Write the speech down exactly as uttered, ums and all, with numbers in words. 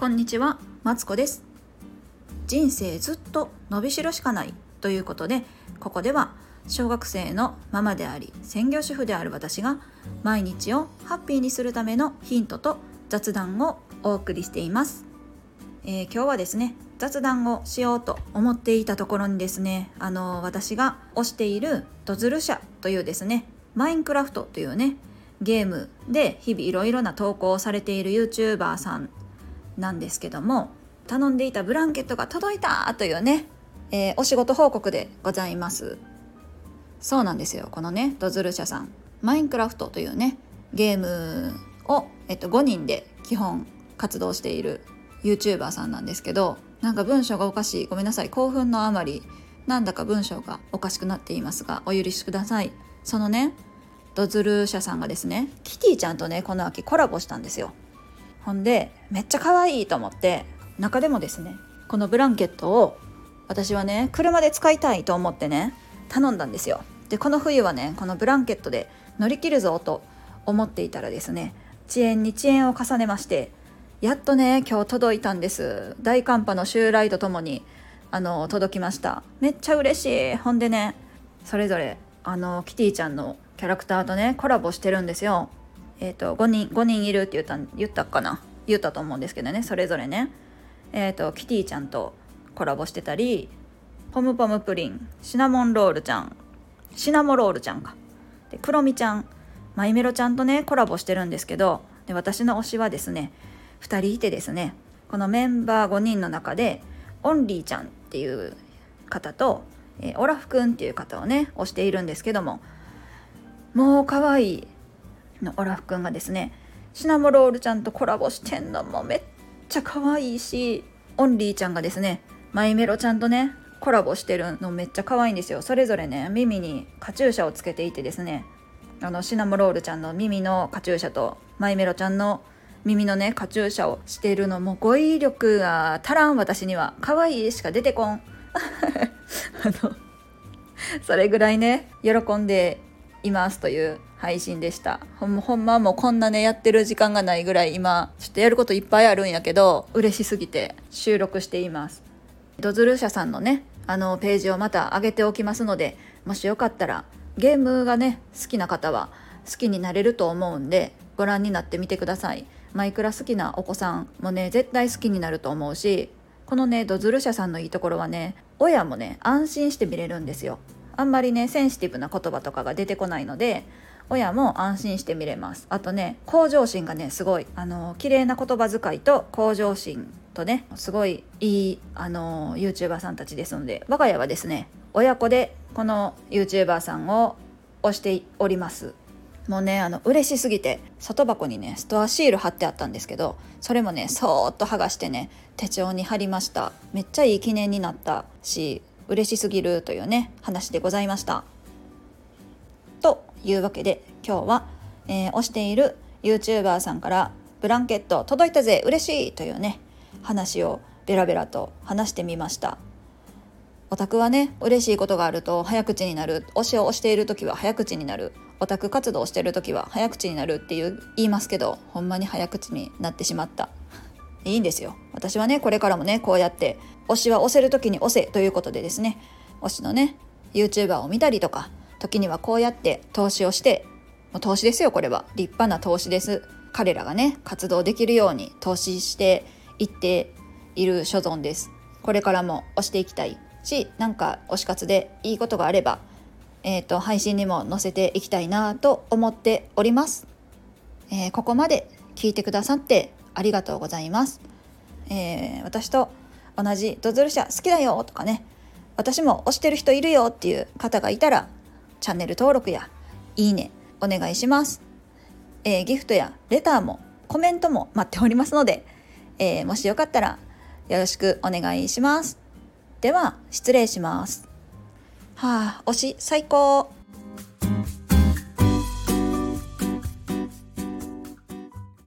こんにちは、マツコです。人生ずっと伸びしろしかないということで、ここでは小学生のママであり専業主婦である私が毎日をハッピーにするためのヒントと雑談をお送りしています。えー、今日はですね、雑談をしようと思っていたところにですね、あの私が推しているドズル社というですね、マインクラフトというねゲームで日々いろいろな投稿をされている YouTuber さんなんですけども、頼んでいたブランケットが届いたというね、えー、お仕事報告でございます。そうなんですよ。このねドズル社さん、マインクラフトというねゲームを、えっと、ごにんで基本活動している YouTuber さんなんですけど、なんか文章がおかしい、ごめんなさい。興奮のあまりなんだか文章がおかしくなっていますがお許しください。そのねドズル社さんがですね、キティちゃんとねこの秋コラボしたんですよ。ほんでめっちゃ可愛いと思って、中でもですねこのブランケットを私はね車で使いたいと思ってね頼んだんですよ。でこの冬はねこのブランケットで乗り切るぞと思っていたらですね、遅延に遅延を重ねまして、やっとね今日届いたんです。大寒波の襲来とともにあの届きました。めっちゃ嬉しい。ほんでね、それぞれあのキティちゃんのキャラクターとねコラボしてるんですよ。えっとごにんごにんいるって言った言ったかな言ったと思うんですけどね、それぞれね、えっとキティちゃんとコラボしてたり、ポムポムプリン、シナモンロールちゃん、シナモロールちゃんかで、クロミちゃん、マイメロちゃんとねコラボしてるんですけど、で私の推しはですねふたりいてですね、このメンバーごにんの中でオンリーちゃんっていう方と、えー、オラフくんっていう方をね推しているんですけども、もう可愛いのオラフくんがですねシナモロールちゃんとコラボしてんのもめっちゃ可愛いし、オンリーちゃんがですねマイメロちゃんとねコラボしてるのめっちゃ可愛いんですよ。それぞれね耳にカチューシャをつけていてですね、あのシナモロールちゃんの耳のカチューシャとマイメロちゃんの耳のねカチューシャをしているのも語彙力が足らん。私には可愛いしか出てこんあのそれぐらいね喜んでいますという配信でした。ほん, ほんまもうこんなねやってる時間がないぐらい今ちょっとやることいっぱいあるんやけど、嬉しすぎて収録しています。ドズル社さんのねあのページをまた上げておきますので、もしよかったらゲームがね好きな方は好きになれると思うんでご覧になってみてください。マイクラ好きなお子さんもね絶対好きになると思うし、このねドズル社さんのいいところはね、親もね安心して見れるんですよ。あんまりねセンシティブな言葉とかが出てこないので親も安心して見れます。あとね向上心がねすごい、あの綺麗な言葉遣いと向上心とねすごいいいあの YouTuber さんたちですので、我が家はですね親子でこの YouTuber さんを推しております。もうねあの嬉しすぎて外箱にねストアシール貼ってあったんですけど、それもねそーっと剥がしてね手帳に貼りました。めっちゃいい記念になったし嬉しすぎるというね話でございました。というわけで今日は、えー、推している YouTuber さんからブランケット届いたぜ嬉しいというね話をベラベラと話してみました。オタクはね嬉しいことがあると早口になる、推しを推している時は早口になる、オタク活動をしている時は早口になるっていう言いますけど、ほんまに早口になってしまった。いいんですよ。私はねこれからもねこうやって推しは推せる時に推せということでですね、推しのね YouTuber を見たりとか、時にはこうやって投資をして、もう投資ですよ、これは立派な投資です。彼らがね活動できるように投資していっている所存です。これからも推していきたいし、なんか推し活でいいことがあれば、えーと、配信にも載せていきたいなと思っております。えー、ここまで聞いてくださってありがとうございます。えー、私と同じドズル社好きだよとかね、私も推してる人いるよっていう方がいたらチャンネル登録やいいねお願いします。えー、ギフトやレターもコメントも待っておりますので、えー、もしよかったらよろしくお願いします。では失礼します。はあ、推し最高。